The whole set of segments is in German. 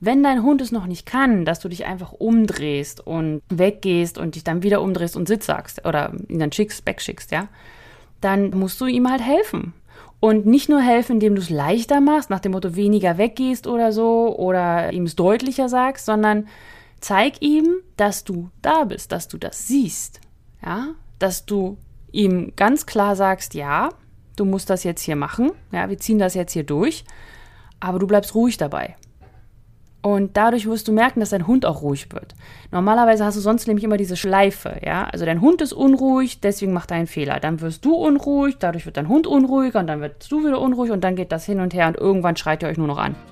Wenn dein Hund es noch nicht kann, dass du dich einfach umdrehst und weggehst und dich dann wieder umdrehst und Sitz sagst oder ihn dann wegschickst, ja, dann musst du ihm halt helfen. Und nicht nur helfen, indem du es leichter machst, nach dem Motto weniger weggehst oder so oder ihm es deutlicher sagst, sondern zeig ihm, dass du da bist, dass du das siehst, ja, dass du ihm ganz klar sagst, ja, du musst das jetzt hier machen, ja, wir ziehen das jetzt hier durch, aber du bleibst ruhig dabei. Und dadurch wirst du merken, dass dein Hund auch ruhig wird. Normalerweise hast du sonst nämlich immer diese Schleife, ja. Also dein Hund ist unruhig, deswegen macht er einen Fehler. Dann wirst du unruhig, dadurch wird dein Hund unruhiger und dann wirst du wieder unruhig und dann geht das hin und her und irgendwann schreit ihr euch nur noch an.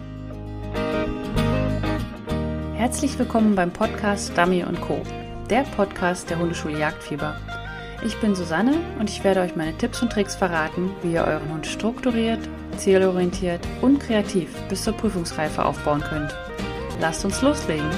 Herzlich willkommen beim Podcast Dummy & Co., der Podcast der Hundeschule Jagdfieber. Ich bin Susanne und ich werde euch meine Tipps und Tricks verraten, wie ihr euren Hund strukturiert, zielorientiert und kreativ bis zur Prüfungsreife aufbauen könnt. Lasst uns loslegen!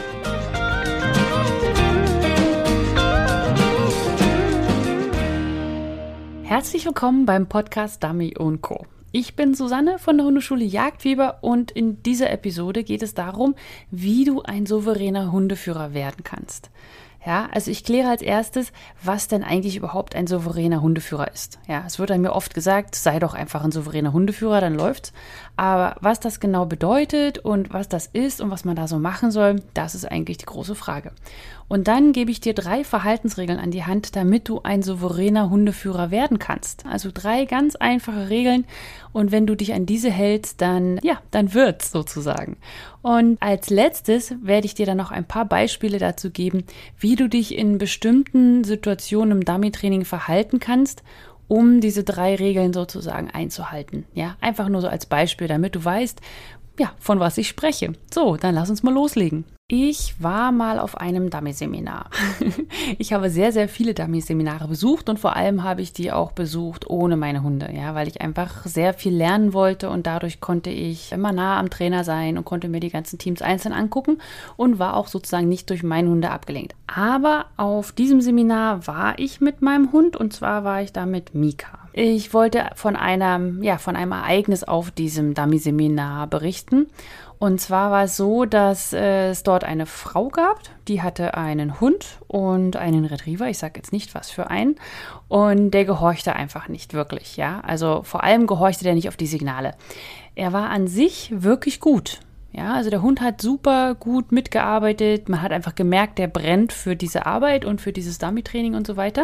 Herzlich willkommen beim Podcast Dummy & Co. Ich bin Susanne von der Hundeschule Jagdfieber und in dieser Episode geht es darum, wie du ein souveräner Hundeführer werden kannst. Ja, also ich kläre als erstes, was denn eigentlich überhaupt ein souveräner Hundeführer ist. Ja, es wird an mir oft gesagt, sei doch einfach ein souveräner Hundeführer, dann läuft's. Aber was das genau bedeutet und was das ist und was man da so machen soll, das ist eigentlich die große Frage. Und dann gebe ich dir 3 Verhaltensregeln an die Hand, damit du ein souveräner Hundeführer werden kannst. Also 3 ganz einfache Regeln und wenn du dich an diese hältst, dann wird's sozusagen. Und als letztes werde ich dir dann noch ein paar Beispiele dazu geben, wie du dich in bestimmten Situationen im Dummy-Training verhalten kannst, um diese 3 Regeln sozusagen einzuhalten. Ja, einfach nur so als Beispiel, damit du weißt, ja, von was ich spreche. So, dann lass uns mal loslegen. Ich war mal auf einem Dummy-Seminar. Ich habe sehr, sehr viele Dummy-Seminare besucht und vor allem habe ich die auch besucht ohne meine Hunde, ja, weil ich einfach sehr viel lernen wollte und dadurch konnte ich immer nah am Trainer sein und konnte mir die ganzen Teams einzeln angucken und war auch sozusagen nicht durch meine Hunde abgelenkt. Aber auf diesem Seminar war ich mit meinem Hund und zwar war ich da mit Mika. Ich wollte von einem Ereignis auf diesem Dummy-Seminar berichten. Und zwar war es so, dass es dort eine Frau gab, die hatte einen Hund und einen Retriever, ich sage jetzt nicht was für einen, und der gehorchte einfach nicht wirklich, ja. Also vor allem gehorchte der nicht auf die Signale. Er war an sich wirklich gut, ja. Also der Hund hat super gut mitgearbeitet, man hat einfach gemerkt, der brennt für diese Arbeit und für dieses Dummy-Training und so weiter.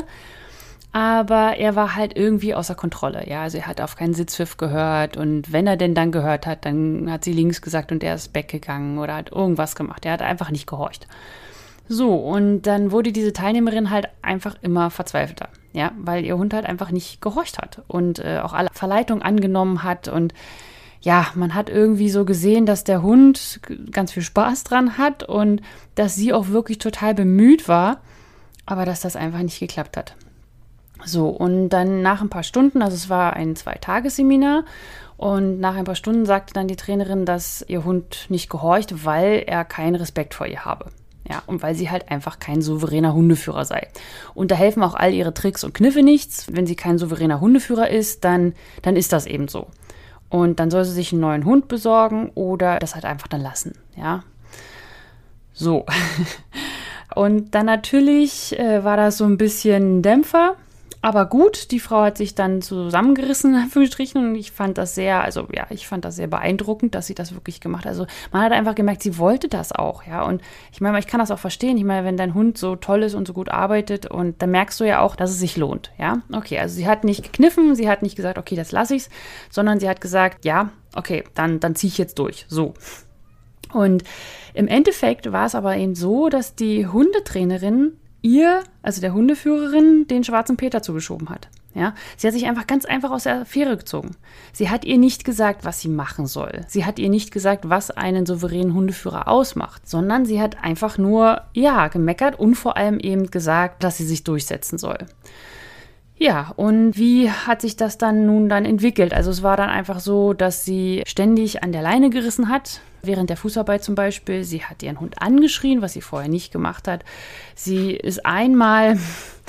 Aber er war halt irgendwie außer Kontrolle, ja, also er hat auf keinen Sitzpfiff gehört und wenn er denn dann gehört hat, dann hat sie links gesagt und er ist weggegangen oder hat irgendwas gemacht, er hat einfach nicht gehorcht. So, und dann wurde diese Teilnehmerin halt einfach immer verzweifelter, ja, weil ihr Hund halt einfach nicht gehorcht hat und auch alle Verleitung angenommen hat und ja, man hat irgendwie so gesehen, dass der Hund ganz viel Spaß dran hat und dass sie auch wirklich total bemüht war, aber dass das einfach nicht geklappt hat. So, und dann nach ein paar Stunden, also es war ein 2-Tages-Seminar und nach ein paar Stunden sagte dann die Trainerin, dass ihr Hund nicht gehorcht, weil er keinen Respekt vor ihr habe. Ja, und weil sie halt einfach kein souveräner Hundeführer sei. Und da helfen auch all ihre Tricks und Kniffe nichts. Wenn sie kein souveräner Hundeführer ist, dann ist das eben so. Und dann soll sie sich einen neuen Hund besorgen oder das halt einfach dann lassen, ja. So. Und dann natürlich war das so ein bisschen Dämpfer. Aber gut, die Frau hat sich dann zusammengerissen, in Anführungsstrichen, und ich fand das sehr beeindruckend, dass sie das wirklich gemacht hat. Also man hat einfach gemerkt, sie wollte das auch, ja. Und ich meine, ich kann das auch verstehen. Ich meine, wenn dein Hund so toll ist und so gut arbeitet und dann merkst du ja auch, dass es sich lohnt, ja. Okay, also sie hat nicht gekniffen, sie hat nicht gesagt, okay, das lasse ich's, sondern sie hat gesagt, ja, okay, dann ziehe ich jetzt durch, so. Und im Endeffekt war es aber eben so, dass die Hundetrainerin also der Hundeführerin, den schwarzen Peter zugeschoben hat. Ja? Sie hat sich einfach ganz einfach aus der Affäre gezogen. Sie hat ihr nicht gesagt, was sie machen soll. Sie hat ihr nicht gesagt, was einen souveränen Hundeführer ausmacht, sondern sie hat einfach nur, gemeckert und vor allem eben gesagt, dass sie sich durchsetzen soll. Ja, und wie hat sich das dann entwickelt? Also es war dann einfach so, dass sie ständig an der Leine gerissen hat, während der Fußarbeit zum Beispiel. Sie hat ihren Hund angeschrien, was sie vorher nicht gemacht hat. Sie ist einmal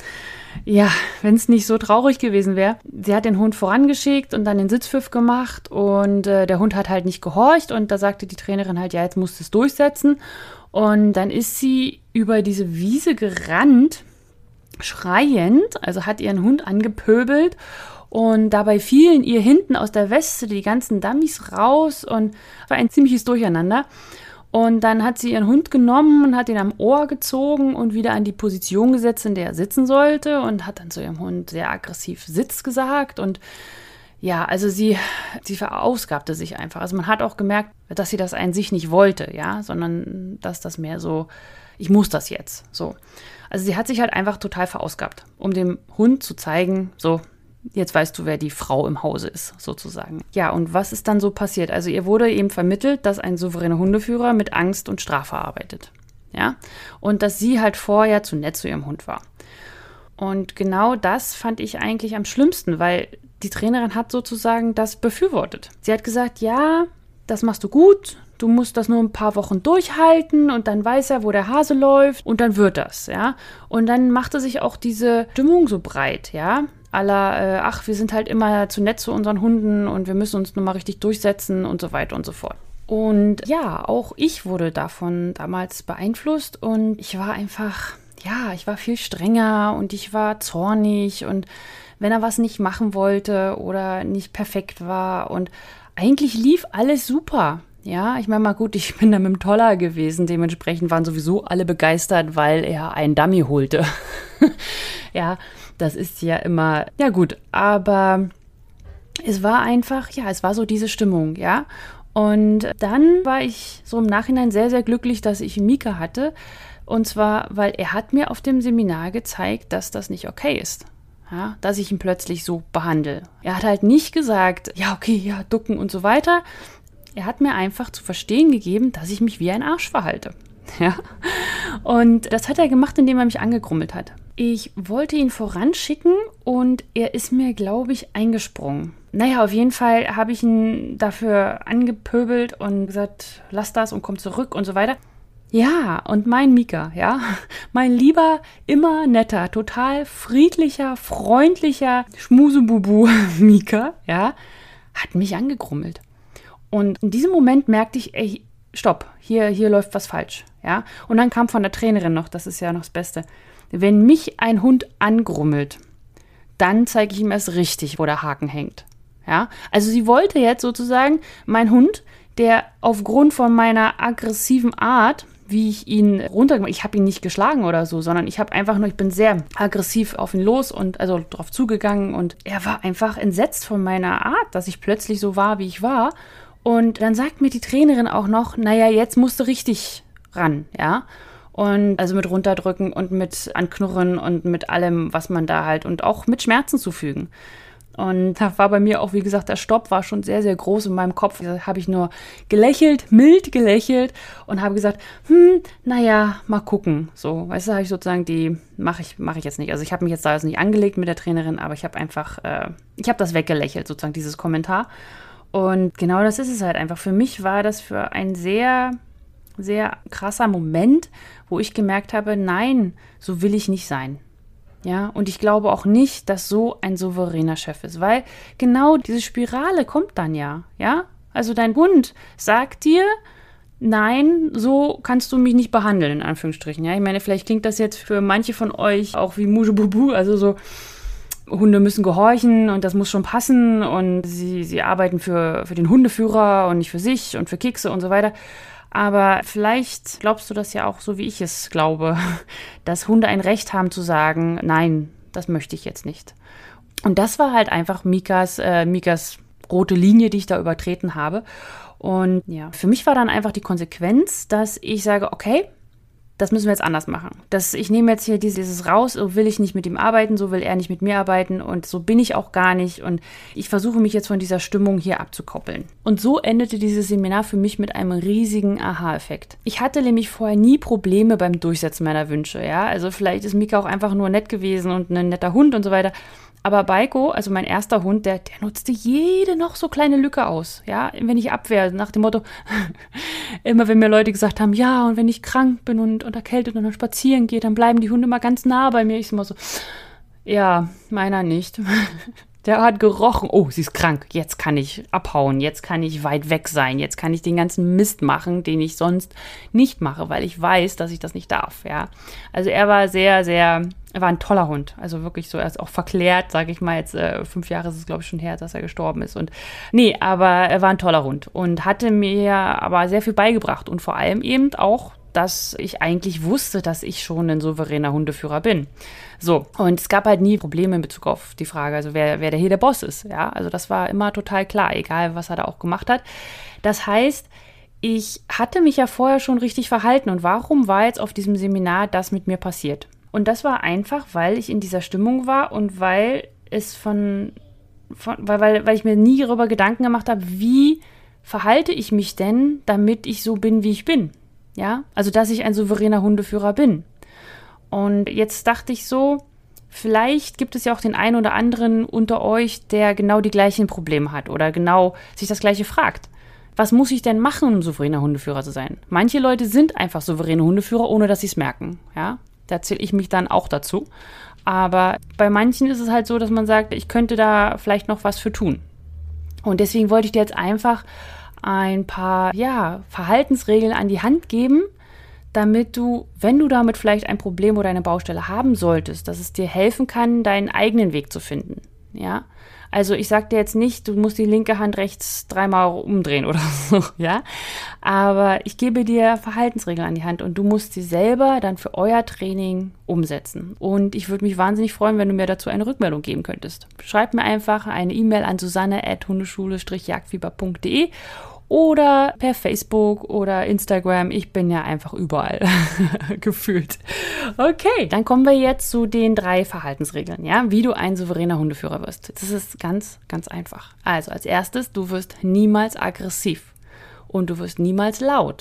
ja, wenn es nicht so traurig gewesen wäre. Sie hat den Hund vorangeschickt und dann den Sitzpfiff gemacht und der Hund hat halt nicht gehorcht und da sagte die Trainerin halt, ja, jetzt musst du es durchsetzen. Und dann ist sie über diese Wiese gerannt, schreiend, also hat ihren Hund angepöbelt und dabei fielen ihr hinten aus der Weste die ganzen Dummies raus und war ein ziemliches Durcheinander. Und dann hat sie ihren Hund genommen und hat ihn am Ohr gezogen und wieder an die Position gesetzt, in der er sitzen sollte und hat dann zu ihrem Hund sehr aggressiv Sitz gesagt und ja, also sie verausgabte sich einfach. Also man hat auch gemerkt, dass sie das an sich nicht wollte, ja, sondern dass das mehr so, ich muss das jetzt, so. Also sie hat sich halt einfach total verausgabt, um dem Hund zu zeigen, so, jetzt weißt du, wer die Frau im Hause ist, sozusagen. Ja, und was ist dann so passiert? Also ihr wurde eben vermittelt, dass ein souveräner Hundeführer mit Angst und Strafe arbeitet, ja, und dass sie halt vorher zu nett zu ihrem Hund war. Und genau das fand ich eigentlich am schlimmsten, weil die Trainerin hat sozusagen das befürwortet. Sie hat gesagt, ja, das machst du gut, du musst das nur ein paar Wochen durchhalten und dann weiß er, wo der Hase läuft und dann wird das, ja. Und dann machte sich auch diese Stimmung so breit, ja. Ach, wir sind halt immer zu nett zu unseren Hunden und wir müssen uns nur mal richtig durchsetzen und so weiter und so fort. Und ja, auch ich wurde davon damals beeinflusst und ich war einfach, ja, ich war viel strenger und ich war zornig und wenn er was nicht machen wollte oder nicht perfekt war und eigentlich lief alles super. Ja, ich meine mal gut, ich bin da mit dem Toller gewesen, dementsprechend waren sowieso alle begeistert, weil er einen Dummy holte. Ja, das ist ja immer, ja gut, aber es war einfach, ja, es war so diese Stimmung, ja. Und dann war ich so im Nachhinein sehr, sehr glücklich, dass ich Mika hatte. Und zwar, weil er hat mir auf dem Seminar gezeigt, dass das nicht okay ist. Ja, dass ich ihn plötzlich so behandle. Er hat halt nicht gesagt, ja, okay, ja, ducken und so weiter. Er hat mir einfach zu verstehen gegeben, dass ich mich wie ein Arsch verhalte. Ja, und das hat er gemacht, indem er mich angegrummelt hat. Ich wollte ihn voranschicken und er ist mir, glaube ich, eingesprungen. Naja, auf jeden Fall habe ich ihn dafür angepöbelt und gesagt, lass das und komm zurück und so weiter. Ja, und mein Mika, ja, mein lieber, immer netter, total friedlicher, freundlicher Schmusebubu Mika, ja, hat mich angegrummelt. Und in diesem Moment merkte ich, ey, stopp, hier läuft was falsch, ja. Und dann kam von der Trainerin noch, das ist ja noch das Beste, wenn mich ein Hund angrummelt, dann zeige ich ihm erst richtig, wo der Haken hängt, ja. Also sie wollte jetzt sozusagen, mein Hund, der aufgrund von meiner aggressiven Art, wie ich ihn runtergemacht, ich habe ihn nicht geschlagen oder so, sondern ich bin sehr aggressiv auf ihn los und also drauf zugegangen und er war einfach entsetzt von meiner Art, dass ich plötzlich so war, wie ich war. Und dann sagt mir die Trainerin auch noch, naja, jetzt musst du richtig ran, ja. Und also mit runterdrücken und mit anknurren und mit allem, was man da halt und auch mit Schmerzen zufügen. Und da war bei mir auch, wie gesagt, der Stopp war schon sehr, sehr groß in meinem Kopf. Da habe ich nur gelächelt, mild gelächelt und habe gesagt, naja, mal gucken. So, weißt du, habe ich sozusagen mache ich jetzt nicht. Also ich habe mich jetzt da nicht angelegt mit der Trainerin, aber ich habe einfach, ich habe das weggelächelt, sozusagen, dieses Kommentar. Und genau das ist es halt einfach. Für mich war das für ein sehr, sehr krasser Moment, wo ich gemerkt habe, nein, so will ich nicht sein. Ja, und ich glaube auch nicht, dass so ein souveräner Chef ist, weil genau diese Spirale kommt dann ja. Also dein Hund sagt dir, nein, so kannst du mich nicht behandeln, in Anführungsstrichen. Ja, ich meine, vielleicht klingt das jetzt für manche von euch auch wie Mujebubu, also so, Hunde müssen gehorchen und das muss schon passen und sie arbeiten für den Hundeführer und nicht für sich und für Kekse und so weiter. Aber vielleicht glaubst du das ja auch so, wie ich es glaube, dass Hunde ein Recht haben zu sagen, nein, das möchte ich jetzt nicht. Und das war halt einfach Mikas rote Linie, die ich da übertreten habe. Und ja, für mich war dann einfach die Konsequenz, dass ich sage, okay, das müssen wir jetzt anders machen. Ich nehme jetzt hier dieses raus, so will ich nicht mit ihm arbeiten, so will er nicht mit mir arbeiten und so bin ich auch gar nicht und ich versuche mich jetzt von dieser Stimmung hier abzukoppeln. Und so endete dieses Seminar für mich mit einem riesigen Aha-Effekt. Ich hatte nämlich vorher nie Probleme beim Durchsetzen meiner Wünsche, ja, also vielleicht ist Mika auch einfach nur nett gewesen und ein netter Hund und so weiter. Aber Baiko, also mein erster Hund, der nutzte jede noch so kleine Lücke aus, ja, wenn ich abwehre, nach dem Motto, immer wenn mir Leute gesagt haben, ja, und wenn ich krank bin und erkältet und dann spazieren gehe, dann bleiben die Hunde immer ganz nah bei mir. Ich immer so, Ja, meiner nicht. Der hat gerochen, oh, sie ist krank, jetzt kann ich abhauen, jetzt kann ich weit weg sein, jetzt kann ich den ganzen Mist machen, den ich sonst nicht mache, weil ich weiß, dass ich das nicht darf, ja. Also er war er war ein toller Hund, also wirklich so, er ist auch verklärt, sage ich mal, jetzt 5 Jahre ist es, glaube ich, schon her, dass er gestorben ist aber er war ein toller Hund und hatte mir aber sehr viel beigebracht und vor allem eben auch, dass ich eigentlich wusste, dass ich schon ein souveräner Hundeführer bin. So, und es gab halt nie Probleme in Bezug auf die Frage, also wer hier der Boss ist, ja, also das war immer total klar, egal was er da auch gemacht hat. Das heißt, ich hatte mich ja vorher schon richtig verhalten und warum war jetzt auf diesem Seminar das mit mir passiert? Und das war einfach, weil ich in dieser Stimmung war und weil ich mir nie darüber Gedanken gemacht habe, wie verhalte ich mich denn, damit ich so bin, wie ich bin? Ja, also dass ich ein souveräner Hundeführer bin. Und jetzt dachte ich so, vielleicht gibt es ja auch den einen oder anderen unter euch, der genau die gleichen Probleme hat oder genau sich das Gleiche fragt. Was muss ich denn machen, um souveräner Hundeführer zu sein? Manche Leute sind einfach souveräne Hundeführer, ohne dass sie es merken. Ja, da zähle ich mich dann auch dazu. Aber bei manchen ist es halt so, dass man sagt, ich könnte da vielleicht noch was für tun. Und deswegen wollte ich dir jetzt einfach ein paar Verhaltensregeln an die Hand geben, damit du, wenn du damit vielleicht ein Problem oder eine Baustelle haben solltest, dass es dir helfen kann, deinen eigenen Weg zu finden. Ja, also ich sage dir jetzt nicht, du musst die linke Hand rechts 3-mal umdrehen oder so, ja, aber ich gebe dir Verhaltensregeln an die Hand und du musst sie selber dann für euer Training umsetzen. Und ich würde mich wahnsinnig freuen, wenn du mir dazu eine Rückmeldung geben könntest. Schreib mir einfach eine E-Mail an susanne@hundeschule-jagdfieber.de oder per Facebook oder Instagram. Ich bin ja einfach überall gefühlt. Okay, dann kommen wir jetzt zu den 3 Verhaltensregeln, ja, wie du ein souveräner Hundeführer wirst. Das ist ganz, ganz einfach. Also als erstes, du wirst niemals aggressiv und du wirst niemals laut,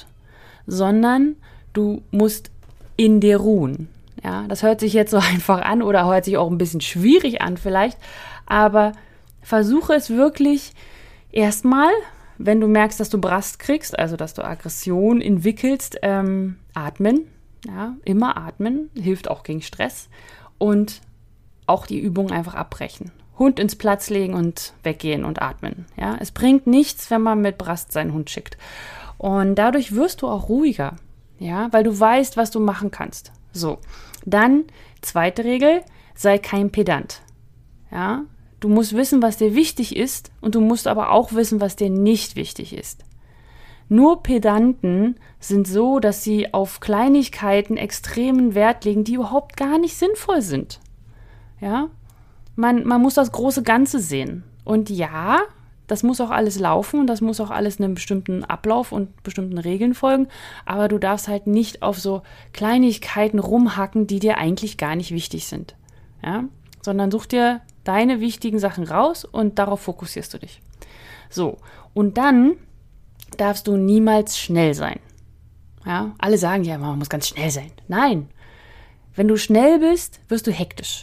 sondern du musst in dir ruhen. Ja, das hört sich jetzt so einfach an oder hört sich auch ein bisschen schwierig an vielleicht, aber versuche es wirklich erstmal, wenn du merkst, dass du Brast kriegst, also dass du Aggression entwickelst, atmen. Ja, immer atmen, hilft auch gegen Stress. Und auch die Übung einfach abbrechen. Hund ins Platz legen und weggehen und atmen. Ja, es bringt nichts, wenn man mit Brast seinen Hund schickt. Und dadurch wirst du auch ruhiger, ja, weil du weißt, was du machen kannst. So, dann zweite Regel, sei kein Pedant. Ja, du musst wissen, was dir wichtig ist und du musst aber auch wissen, was dir nicht wichtig ist. Nur Pedanten sind so, dass sie auf Kleinigkeiten extremen Wert legen, die überhaupt gar nicht sinnvoll sind. Ja, man muss das große Ganze sehen. Und ja, das muss auch alles laufen und das muss auch alles einem bestimmten Ablauf und bestimmten Regeln folgen, aber du darfst halt nicht auf so Kleinigkeiten rumhacken, die dir eigentlich gar nicht wichtig sind. Ja, sondern such dir deine wichtigen Sachen raus und darauf fokussierst du dich. So, und dann darfst du niemals schnell sein. Ja, alle sagen ja immer, man muss ganz schnell sein. Nein, wenn du schnell bist, wirst du hektisch.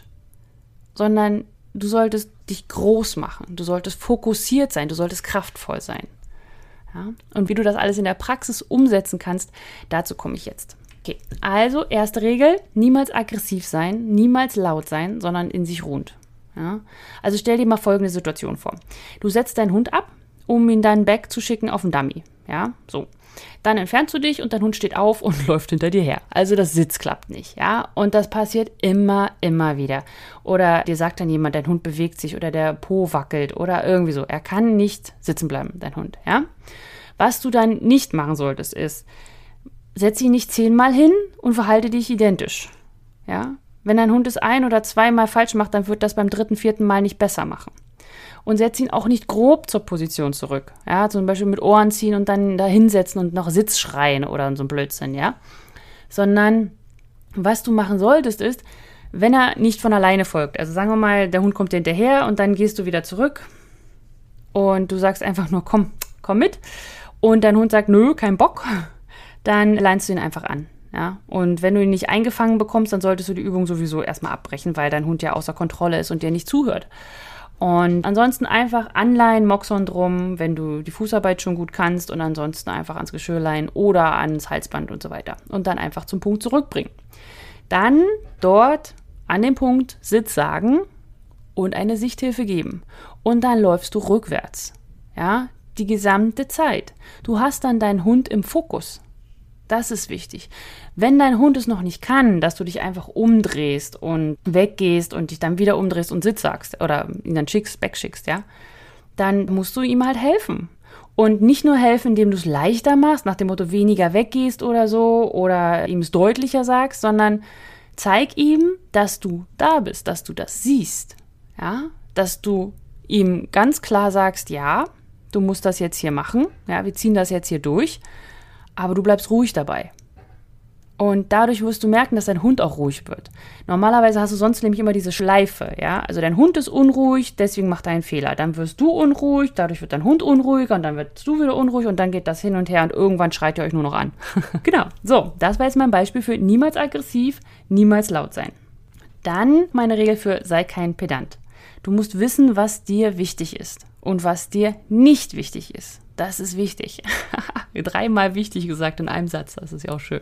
Sondern du solltest dich groß machen, du solltest fokussiert sein, du solltest kraftvoll sein. Ja, und wie du das alles in der Praxis umsetzen kannst, dazu komme ich jetzt. Okay, also erste Regel, niemals aggressiv sein, niemals laut sein, sondern in sich ruhend. Ja? Also stell dir mal folgende Situation vor. Du setzt deinen Hund ab, um ihn dann back zu schicken auf den Dummy. Ja, so. Dann entfernst du dich und dein Hund steht auf und läuft hinter dir her. Also das Sitz klappt nicht, ja. Und das passiert immer wieder. Oder dir sagt dann jemand, dein Hund bewegt sich oder der Po wackelt oder irgendwie so. Er kann nicht sitzen bleiben, dein Hund, ja. Was du dann nicht machen solltest, ist, setz ihn nicht 10-mal hin und verhalte dich identisch, ja. Wenn dein Hund es 1- oder 2-mal falsch macht, dann wird das beim 3., 4. Mal nicht besser machen. Und setz ihn auch nicht grob zur Position zurück. Ja, zum Beispiel mit Ohren ziehen und dann da hinsetzen und noch Sitz schreien oder so ein Blödsinn, ja. Sondern, was du machen solltest, ist, wenn er nicht von alleine folgt. Also sagen wir mal, der Hund kommt dir hinterher und dann gehst du wieder zurück und du sagst einfach nur, komm mit. Und dein Hund sagt, nö, kein Bock. Dann leinst du ihn einfach an. Ja, und wenn du ihn nicht eingefangen bekommst, dann solltest du die Übung sowieso erstmal abbrechen, weil dein Hund ja außer Kontrolle ist und dir nicht zuhört. Und ansonsten einfach anleihen, Moxon drum, wenn du die Fußarbeit schon gut kannst und ansonsten einfach ans Geschirr leihen oder ans Halsband und so weiter. Und dann einfach zum Punkt zurückbringen. Dann dort an dem Punkt Sitz sagen und eine Sichthilfe geben. Und dann läufst du rückwärts. Ja, die gesamte Zeit. Du hast dann deinen Hund im Fokus. Das ist wichtig. Wenn dein Hund es noch nicht kann, dass du dich einfach umdrehst und weggehst und dich dann wieder umdrehst und Sitz sagst oder ihn dann wegschickst, ja, dann musst du ihm halt helfen. Und nicht nur helfen, indem du es leichter machst, nach dem Motto weniger weggehst oder so oder ihm es deutlicher sagst, sondern zeig ihm, dass du da bist, dass du das siehst, ja, dass du ihm ganz klar sagst, ja, du musst das jetzt hier machen, ja, wir ziehen das jetzt hier durch, aber du bleibst ruhig dabei. Und dadurch wirst du merken, dass dein Hund auch ruhig wird. Normalerweise hast du sonst nämlich immer diese Schleife, ja. Also dein Hund ist unruhig, deswegen macht er einen Fehler. Dann wirst du unruhig, dadurch wird dein Hund unruhiger und dann wirst du wieder unruhig und dann geht das hin und her und irgendwann schreit ihr euch nur noch an. Genau, so, das war jetzt mein Beispiel für niemals aggressiv, niemals laut sein. Dann meine Regel für sei kein Pedant. Du musst wissen, was dir wichtig ist und was dir nicht wichtig ist. Das ist wichtig. 3-mal wichtig gesagt in einem Satz, das ist ja auch schön.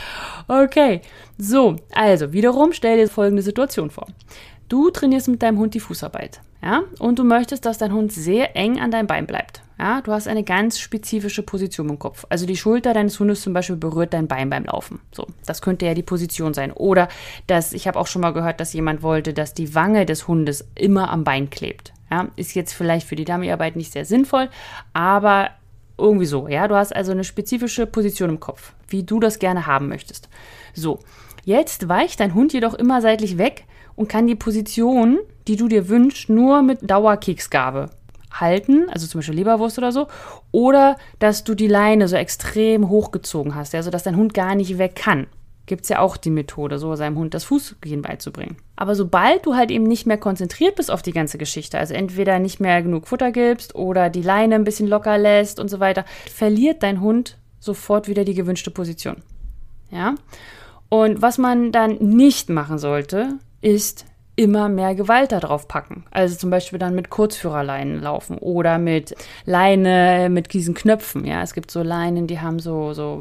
Okay, so, also wiederum stell dir folgende Situation vor. Du trainierst mit deinem Hund die Fußarbeit, ja, und du möchtest, dass dein Hund sehr eng an deinem Bein bleibt. Ja, du hast eine ganz spezifische Position im Kopf. Also die Schulter deines Hundes zum Beispiel berührt dein Bein beim Laufen. So, das könnte ja die Position sein. Oder ich habe auch schon mal gehört, dass jemand wollte, dass die Wange des Hundes immer am Bein klebt. Ja, ist jetzt vielleicht für die Dummyarbeit nicht sehr sinnvoll, aber irgendwie so. Ja, du hast also eine spezifische Position im Kopf, wie du das gerne haben möchtest. So, jetzt weicht dein Hund jedoch immer seitlich weg und kann die Position, die du dir wünschst, nur mit Dauerkeksgabe halten, also zum Beispiel Leberwurst oder so, oder dass du die Leine so extrem hochgezogen hast, ja, sodass dein Hund gar nicht weg kann. Gibt es ja auch die Methode, so seinem Hund das Fußgehen beizubringen. Aber sobald du halt eben nicht mehr konzentriert bist auf die ganze Geschichte, also entweder nicht mehr genug Futter gibst oder die Leine ein bisschen locker lässt und so weiter, verliert dein Hund sofort wieder die gewünschte Position. Ja? Und was man dann nicht machen sollte, ist immer mehr Gewalt da drauf packen. Also zum Beispiel dann mit Kurzführerleinen laufen oder mit Leine mit diesen Knöpfen. Ja, es gibt so Leinen, die haben so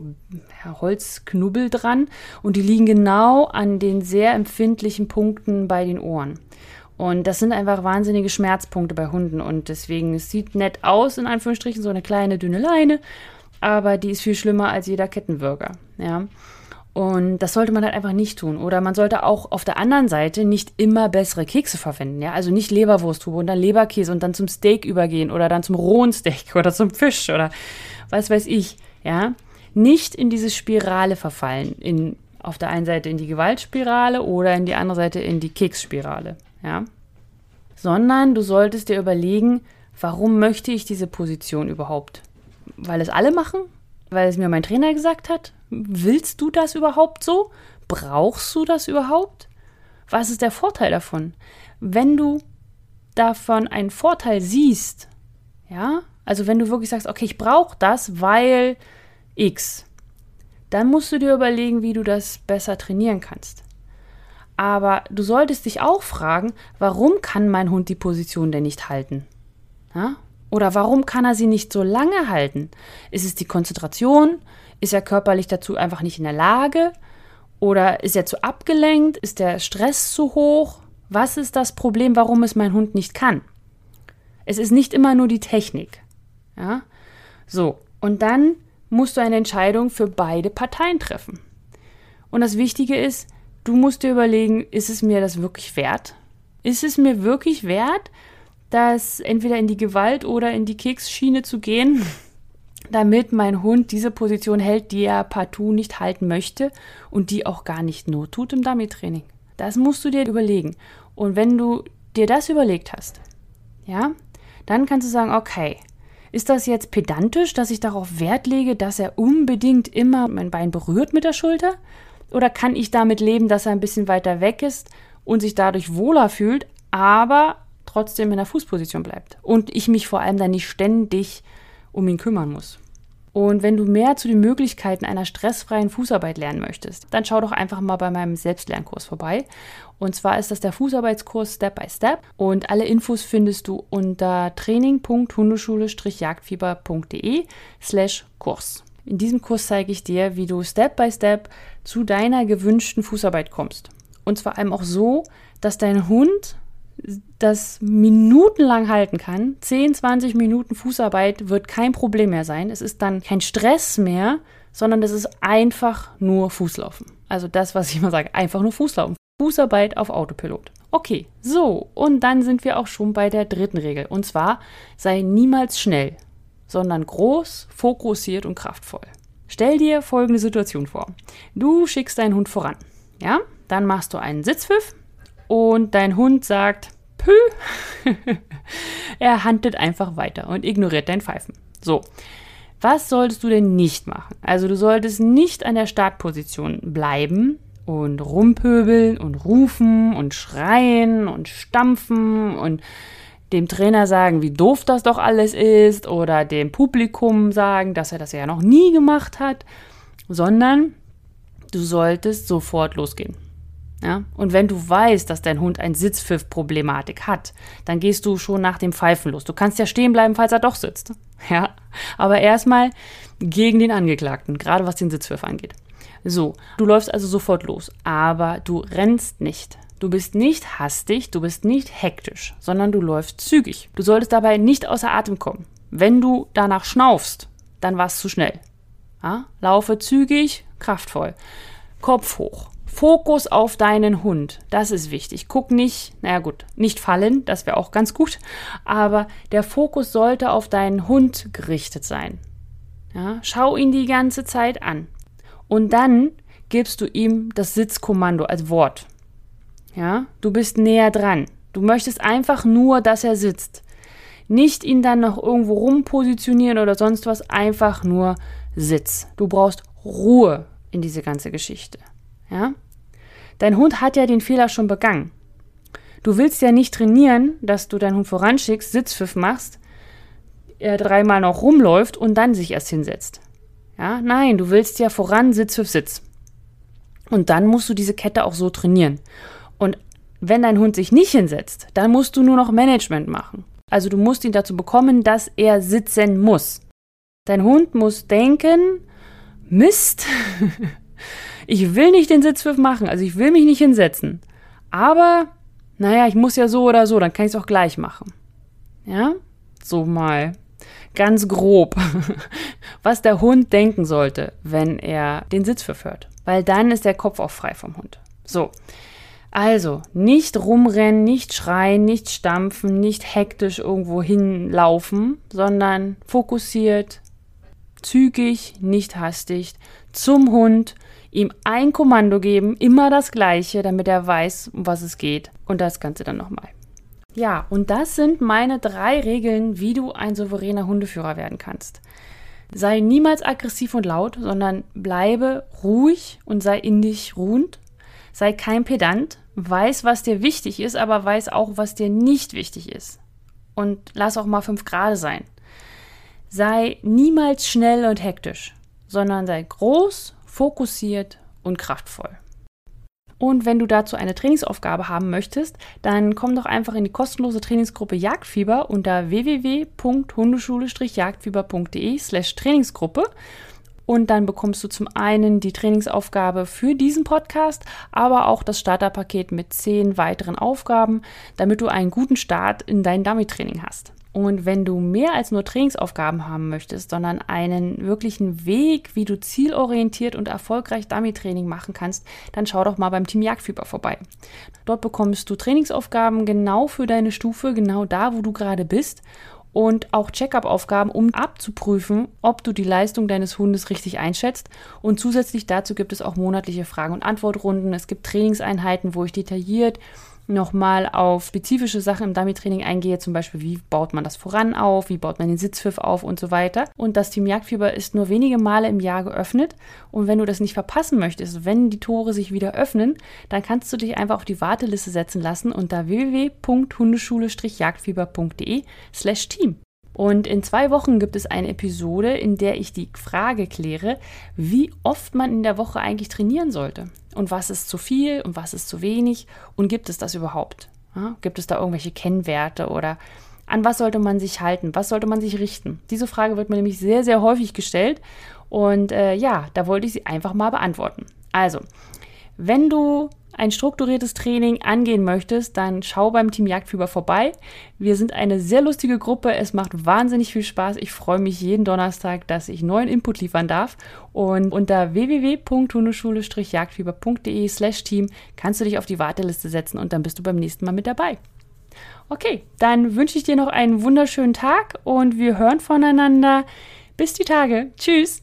Holzknubbel dran und die liegen genau an den sehr empfindlichen Punkten bei den Ohren. Und das sind einfach wahnsinnige Schmerzpunkte bei Hunden und deswegen, es sieht nett aus, in Anführungsstrichen, so eine kleine, dünne Leine, aber die ist viel schlimmer als jeder Kettenwürger. Ja. Und das sollte man halt einfach nicht tun. Oder man sollte auch auf der anderen Seite nicht immer bessere Kekse verwenden. Ja? Also nicht Leberwursttube und dann Leberkäse und dann zum Steak übergehen oder dann zum rohen Steak oder zum Fisch oder was weiß ich. Ja? Nicht in diese Spirale verfallen. Auf der einen Seite in die Gewaltspirale oder in die andere Seite in die Keksspirale. Ja? Sondern du solltest dir überlegen, warum möchte ich diese Position überhaupt? Weil es alle machen? Weil es mir mein Trainer gesagt hat? Willst du das überhaupt so? Brauchst du das überhaupt? Was ist der Vorteil davon? Wenn du davon einen Vorteil siehst, ja, also wenn du wirklich sagst, okay, ich brauche das, weil X, dann musst du dir überlegen, wie du das besser trainieren kannst. Aber du solltest dich auch fragen, warum kann mein Hund die Position denn nicht halten? Ja? Oder warum kann er sie nicht so lange halten? Ist es die Konzentration? Ist er körperlich dazu einfach nicht in der Lage? Oder ist er zu abgelenkt? Ist der Stress zu hoch? Was ist das Problem, warum es mein Hund nicht kann? Es ist nicht immer nur die Technik. Ja? So, und dann musst du eine Entscheidung für beide Parteien treffen. Und das Wichtige ist, du musst dir überlegen, ist es mir das wirklich wert? Ist es mir wirklich wert, das entweder in die Gewalt oder in die Keksschiene zu gehen, damit mein Hund diese Position hält, die er partout nicht halten möchte und die auch gar nicht not tut im Dummy-Training. Das musst du dir überlegen. Und wenn du dir das überlegt hast, ja, dann kannst du sagen, okay, ist das jetzt pedantisch, dass ich darauf Wert lege, dass er unbedingt immer mein Bein berührt mit der Schulter? Oder kann ich damit leben, dass er ein bisschen weiter weg ist und sich dadurch wohler fühlt, aber trotzdem in der Fußposition bleibt und ich mich vor allem dann nicht ständig um ihn kümmern muss. Und wenn du mehr zu den Möglichkeiten einer stressfreien Fußarbeit lernen möchtest, dann schau doch einfach mal bei meinem Selbstlernkurs vorbei. Und zwar ist das der Fußarbeitskurs Step by Step und alle Infos findest du unter training.hundeschule-jagdfieber.de/Kurs. In diesem Kurs zeige ich dir, wie du Step by Step zu deiner gewünschten Fußarbeit kommst. Und zwar allem auch so, dass dein Hund das minutenlang halten kann. 10, 20 Minuten Fußarbeit wird kein Problem mehr sein. Es ist dann kein Stress mehr, sondern es ist einfach nur Fußlaufen. Also das, was ich immer sage, einfach nur Fußlaufen. Fußarbeit auf Autopilot. Okay, so, und dann sind wir auch schon bei der dritten Regel. Und zwar, sei niemals schnell, sondern groß, fokussiert und kraftvoll. Stell dir folgende Situation vor. Du schickst deinen Hund voran. Ja, dann machst du einen Sitzpfiff und dein Hund sagt, pü, er handelt einfach weiter und ignoriert dein Pfeifen. So, was solltest du denn nicht machen? Also du solltest nicht an der Startposition bleiben und rumpöbeln und rufen und schreien und stampfen und dem Trainer sagen, wie doof das doch alles ist oder dem Publikum sagen, dass er das ja noch nie gemacht hat, sondern du solltest sofort losgehen. Ja? Und wenn du weißt, dass dein Hund ein Sitzpfiff-Problematik hat, dann gehst du schon nach dem Pfeifen los. Du kannst ja stehen bleiben, falls er doch sitzt. Ja? Aber erstmal gegen den Angeklagten, gerade was den Sitzpfiff angeht. So, du läufst also sofort los, aber du rennst nicht. Du bist nicht hastig, du bist nicht hektisch, sondern du läufst zügig. Du solltest dabei nicht außer Atem kommen. Wenn du danach schnaufst, dann war es zu schnell. Ja? Laufe zügig, kraftvoll. Kopf hoch. Fokus auf deinen Hund, das ist wichtig. Guck nicht, nicht fallen, das wäre auch ganz gut, aber der Fokus sollte auf deinen Hund gerichtet sein. Ja? Schau ihn die ganze Zeit an und dann gibst du ihm das Sitzkommando als Wort. Ja? Du bist näher dran. Du möchtest einfach nur, dass er sitzt. Nicht ihn dann noch irgendwo rumpositionieren oder sonst was, einfach nur Sitz. Du brauchst Ruhe in diese ganze Geschichte. Ja? Dein Hund hat ja den Fehler schon begangen. Du willst ja nicht trainieren, dass du deinen Hund voranschickst, Sitzpfiff machst, er 3-mal noch rumläuft und dann sich erst hinsetzt. Ja? Nein, du willst ja voran, Sitzpfiff, Sitz. Und dann musst du diese Kette auch so trainieren. Und wenn dein Hund sich nicht hinsetzt, dann musst du nur noch Management machen. Also du musst ihn dazu bekommen, dass er sitzen muss. Dein Hund muss denken, Mist, ich will nicht den Sitzpfiff machen, also ich will mich nicht hinsetzen. Aber, ich muss ja so oder so, dann kann ich es auch gleich machen. Ja, so mal ganz grob, was der Hund denken sollte, wenn er den Sitzpfiff hört. Weil dann ist der Kopf auch frei vom Hund. So, also nicht rumrennen, nicht schreien, nicht stampfen, nicht hektisch irgendwo hinlaufen, sondern fokussiert, zügig, nicht hastig, zum Hund, ihm ein Kommando geben, immer das Gleiche, damit er weiß, um was es geht. Und das Ganze dann nochmal. Ja, und das sind meine 3 Regeln, wie du ein souveräner Hundeführer werden kannst. Sei niemals aggressiv und laut, sondern bleibe ruhig und sei in dich ruhend. Sei kein Pedant, weiß, was dir wichtig ist, aber weiß auch, was dir nicht wichtig ist. Und lass auch mal 5 Grade sein. Sei niemals schnell und hektisch, sondern sei groß, fokussiert und kraftvoll. Und wenn du dazu eine Trainingsaufgabe haben möchtest, dann komm doch einfach in die kostenlose Trainingsgruppe Jagdfieber unter www.hundeschule-jagdfieber.de/Trainingsgruppe. Und dann bekommst du zum einen die Trainingsaufgabe für diesen Podcast, aber auch das Starterpaket mit 10 weiteren Aufgaben, damit du einen guten Start in dein Dummy-Training hast. Und wenn du mehr als nur Trainingsaufgaben haben möchtest, sondern einen wirklichen Weg, wie du zielorientiert und erfolgreich Dummy-Training machen kannst, dann schau doch mal beim Team Jagdfieber vorbei. Dort bekommst du Trainingsaufgaben genau für deine Stufe, genau da, wo du gerade bist. Und auch Check-up-Aufgaben, um abzuprüfen, ob du die Leistung deines Hundes richtig einschätzt. Und zusätzlich dazu gibt es auch monatliche Fragen- und Antwortrunden. Es gibt Trainingseinheiten, wo ich detailliert nochmal auf spezifische Sachen im Dummy-Training eingehe, zum Beispiel, wie baut man das voran auf, wie baut man den Sitzpfiff auf und so weiter. Und das Team Jagdfieber ist nur wenige Male im Jahr geöffnet. Und wenn du das nicht verpassen möchtest, wenn die Tore sich wieder öffnen, dann kannst du dich einfach auf die Warteliste setzen lassen unter www.hundeschule-jagdfieber.de/Team. Und in 2 Wochen gibt es eine Episode, in der ich die Frage kläre, wie oft man in der Woche eigentlich trainieren sollte. Und was ist zu viel und was ist zu wenig und gibt es das überhaupt? Ja, gibt es da irgendwelche Kennwerte oder an was sollte man sich halten? Was sollte man sich richten? Diese Frage wird mir nämlich sehr, sehr häufig gestellt und da wollte ich sie einfach mal beantworten. Also, wenn du ein strukturiertes Training angehen möchtest, dann schau beim Team Jagdfieber vorbei. Wir sind eine sehr lustige Gruppe, es macht wahnsinnig viel Spaß. Ich freue mich jeden Donnerstag, dass ich neuen Input liefern darf. Und unter www.hundeschule-jagdfieber.de/Team kannst du dich auf die Warteliste setzen und dann bist du beim nächsten Mal mit dabei. Okay, dann wünsche ich dir noch einen wunderschönen Tag und wir hören voneinander. Bis die Tage. Tschüss!